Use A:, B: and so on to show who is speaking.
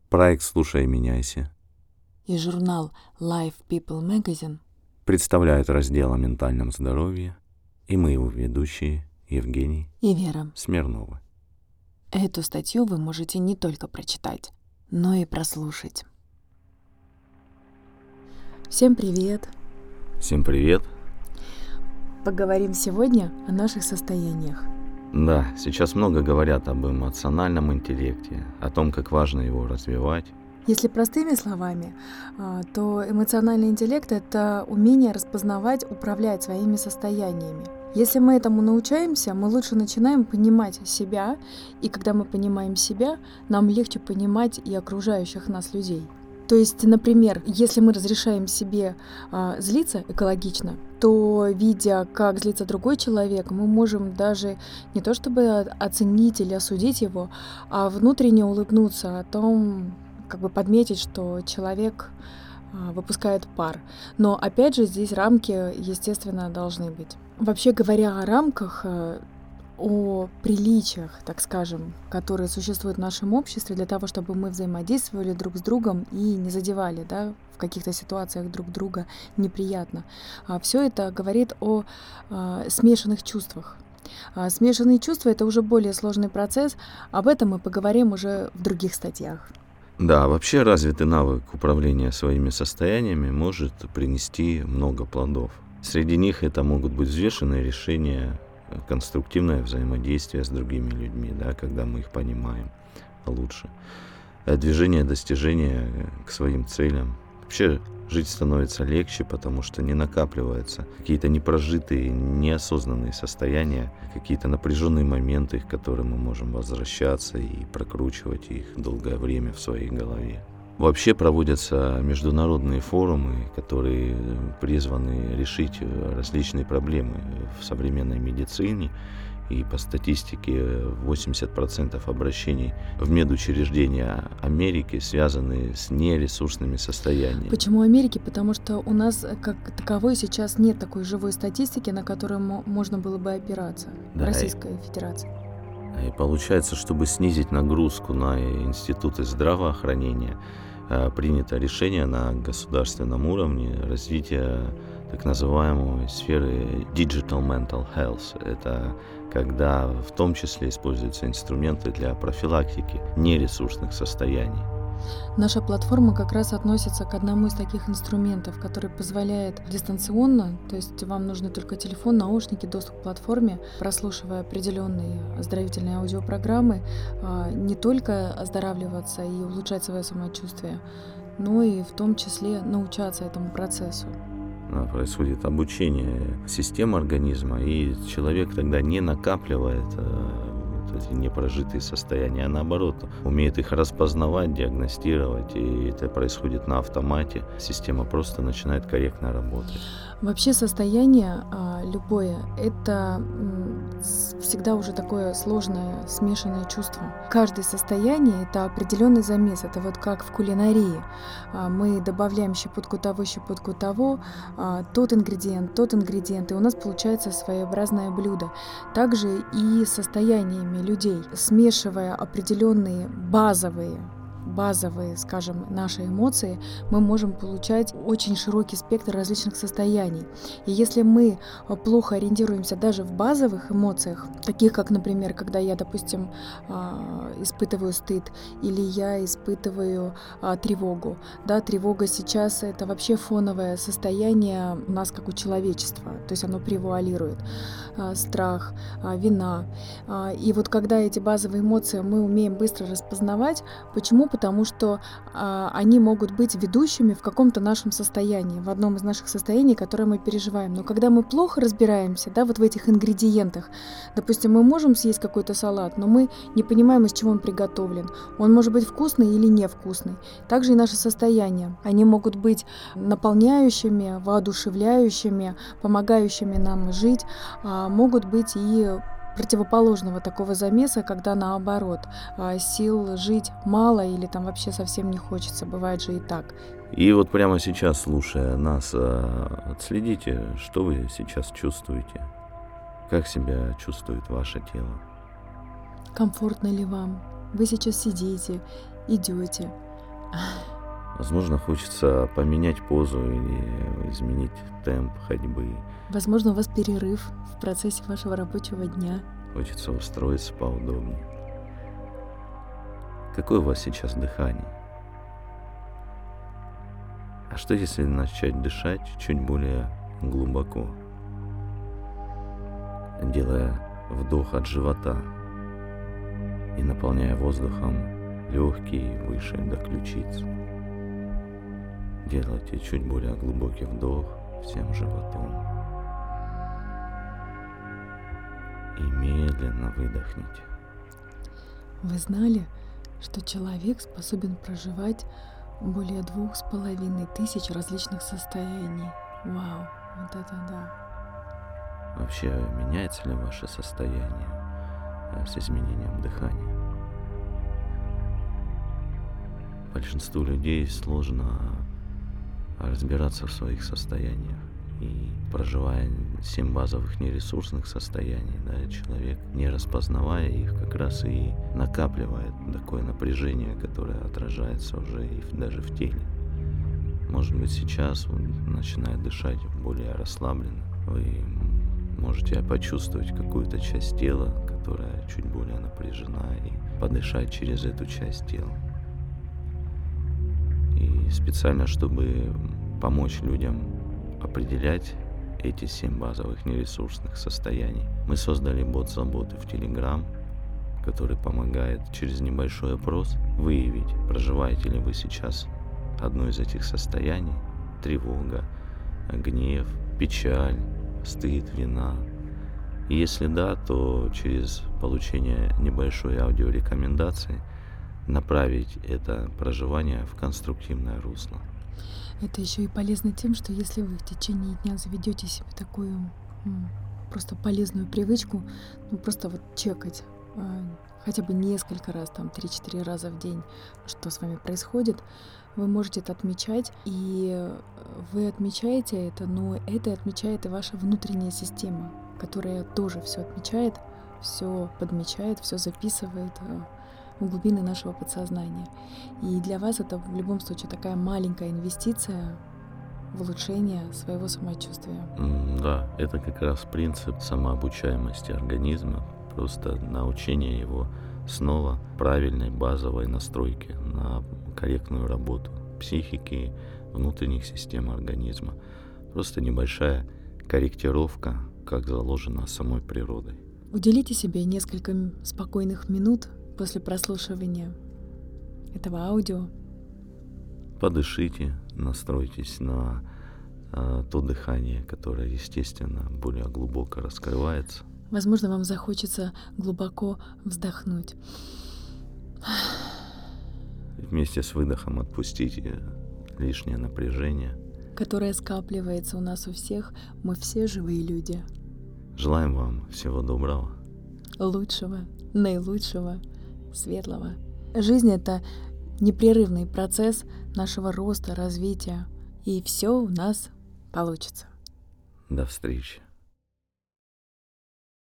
A: Проект «Слушай и меняйся»
B: и журнал Life People Magazine
A: представляют раздел о ментальном здоровье, и мы его ведущие Евгений
B: и Вера.
A: Смирновы.
B: Эту статью вы можете не только прочитать, но и прослушать. Всем привет!
A: Всем привет!
B: Поговорим сегодня о наших состояниях.
A: Да, сейчас много говорят об эмоциональном интеллекте, о том, как важно его развивать.
B: Если простыми словами, то эмоциональный интеллект — это умение распознавать, управлять своими состояниями. Если мы этому научаемся, мы лучше начинаем понимать себя, и когда мы понимаем себя, нам легче понимать и окружающих нас людей. То есть, например, если мы разрешаем себе злиться экологично, то, видя, как злится другой человек, мы можем даже не то чтобы оценить или осудить его, а внутренне улыбнуться о том, как бы подметить, что человек выпускает пар. Но опять же, здесь рамки, естественно, должны быть. Вообще говоря о рамках, о приличиях, так скажем, которые существуют в нашем обществе для того, чтобы мы взаимодействовали друг с другом и не задевали, в каких-то ситуациях друг друга неприятно. Все это говорит о смешанных чувствах. Смешанные чувства — это уже более сложный процесс, об этом мы поговорим уже в других статьях.
A: Да, вообще развитый навык управления своими состояниями может принести много плодов. Среди них это могут быть взвешенные решения, конструктивное взаимодействие с другими людьми, когда мы их понимаем лучше. Движение, достижение к своим целям. Вообще жить становится легче, потому что не накапливаются какие-то непрожитые, неосознанные состояния, какие-то напряженные моменты, к которым мы можем возвращаться и прокручивать их долгое время в своей голове. Вообще проводятся международные форумы, которые призваны решить различные проблемы в современной медицине. И по статистике 80% обращений в медучреждения Америки связаны с нересурсными состояниями.
B: Почему Америки? Потому что у нас как таковой сейчас нет такой живой статистики, на которую можно было бы опираться в Российской Федерации.
A: И получается, чтобы снизить нагрузку на институты здравоохранения, принято решение на государственном уровне развития так называемой сферы Digital Mental Health. Это когда в том числе используются инструменты для профилактики нересурсных состояний.
B: Наша платформа как раз относится к одному из таких инструментов, который позволяет дистанционно, то есть вам нужны только телефон, наушники, доступ к платформе, прослушивая определенные оздоровительные аудиопрограммы, не только оздоравливаться и улучшать свое самочувствие, но и в том числе научаться этому процессу.
A: Происходит обучение системы организма, и человек тогда не накапливает эти непрожитые состояния, а наоборот, умеет их распознавать, диагностировать, и это происходит на автомате. Система просто начинает корректно работать.
B: Вообще состояние любое — это всегда уже такое сложное, смешанное чувство. Каждое состояние — это определенный замес. Это вот как в кулинарии. Мы добавляем щепотку того, тот ингредиент, и у нас получается своеобразное блюдо. Также и состояниями людей. Смешивая определенные базовые, скажем, наши эмоции, мы можем получать очень широкий спектр различных состояний. И если мы плохо ориентируемся даже в базовых эмоциях, таких как, например, когда я, допустим, испытываю стыд или я испытываю тревогу. Тревога сейчас — это вообще фоновое состояние у нас, как у человечества, то есть оно превуалирует. Страх, вина. И вот когда эти базовые эмоции мы умеем быстро распознавать, почему? Потому что они могут быть ведущими в каком-то нашем состоянии, в одном из наших состояний, которое мы переживаем. Но когда мы плохо разбираемся, вот в этих ингредиентах, допустим, мы можем съесть какой-то салат, но мы не понимаем, из чего он приготовлен. Он может быть вкусный или невкусный. Также и наши состояния. Они могут быть наполняющими, воодушевляющими, помогающими нам жить, могут быть и противоположного такого замеса, когда наоборот, сил жить мало или там вообще совсем не хочется, бывает же и так.
A: И вот прямо сейчас, слушая нас, отследите, что вы сейчас чувствуете, как себя чувствует ваше тело.
B: Комфортно ли вам? Вы сейчас сидите, идете,
A: Возможно, хочется поменять позу или изменить темп ходьбы.
B: Возможно, у вас перерыв в процессе вашего рабочего дня.
A: Хочется устроиться поудобнее. Какое у вас сейчас дыхание? А что если начать дышать чуть более глубоко, делая вдох от живота и наполняя воздухом легкие выше до ключиц? Делайте чуть более глубокий вдох всем животом и медленно выдохните.
B: Вы знали, что человек способен проживать более 2500 различных состояний? Вау, вот это да.
A: Вообще, меняется ли ваше состояние с изменением дыхания? Большинству людей сложно разбираться в своих состояниях. И проживая 7 базовых нересурсных состояний, человек, не распознавая их, как раз и накапливает такое напряжение, которое отражается уже и даже в теле. Может быть, сейчас он начинает дышать более расслабленно. Вы можете почувствовать какую-то часть тела, которая чуть более напряжена, и подышать через эту часть тела. И специально, чтобы помочь людям определять эти 7 базовых нересурсных состояний, мы создали бот заботы в Telegram, который помогает через небольшой опрос выявить, проживаете ли вы сейчас одно из этих состояний: тревога, гнев, печаль, стыд, вина. И если да, то через получение небольшой аудиорекомендации направить это проживание в конструктивное русло.
B: Это еще и полезно тем, что если вы в течение дня заведете себе такую просто полезную привычку, просто вот чекать хотя бы несколько раз, 3-4 раза в день, что с вами происходит, вы можете это отмечать, и вы отмечаете это, но это отмечает и ваша внутренняя система, которая тоже все отмечает, все подмечает, все записывает в глубины нашего подсознания. И для вас это в любом случае такая маленькая инвестиция в улучшение своего самочувствия.
A: Да, это как раз принцип самообучаемости организма, просто научение его снова правильной базовой настройки на корректную работу психики, внутренних систем организма. Просто небольшая корректировка, как заложено самой природой.
B: Уделите себе несколько спокойных минут после прослушивания этого аудио.
A: Подышите, настройтесь на то дыхание, которое, естественно, более глубоко раскрывается.
B: Возможно, вам захочется глубоко вздохнуть.
A: Вместе с выдохом отпустите лишнее напряжение,
B: которое скапливается у нас у всех. Мы все живые люди.
A: Желаем вам всего доброго,
B: лучшего, наилучшего, светлого. Жизнь — это непрерывный процесс нашего роста, развития, и все у нас получится.
A: До встречи.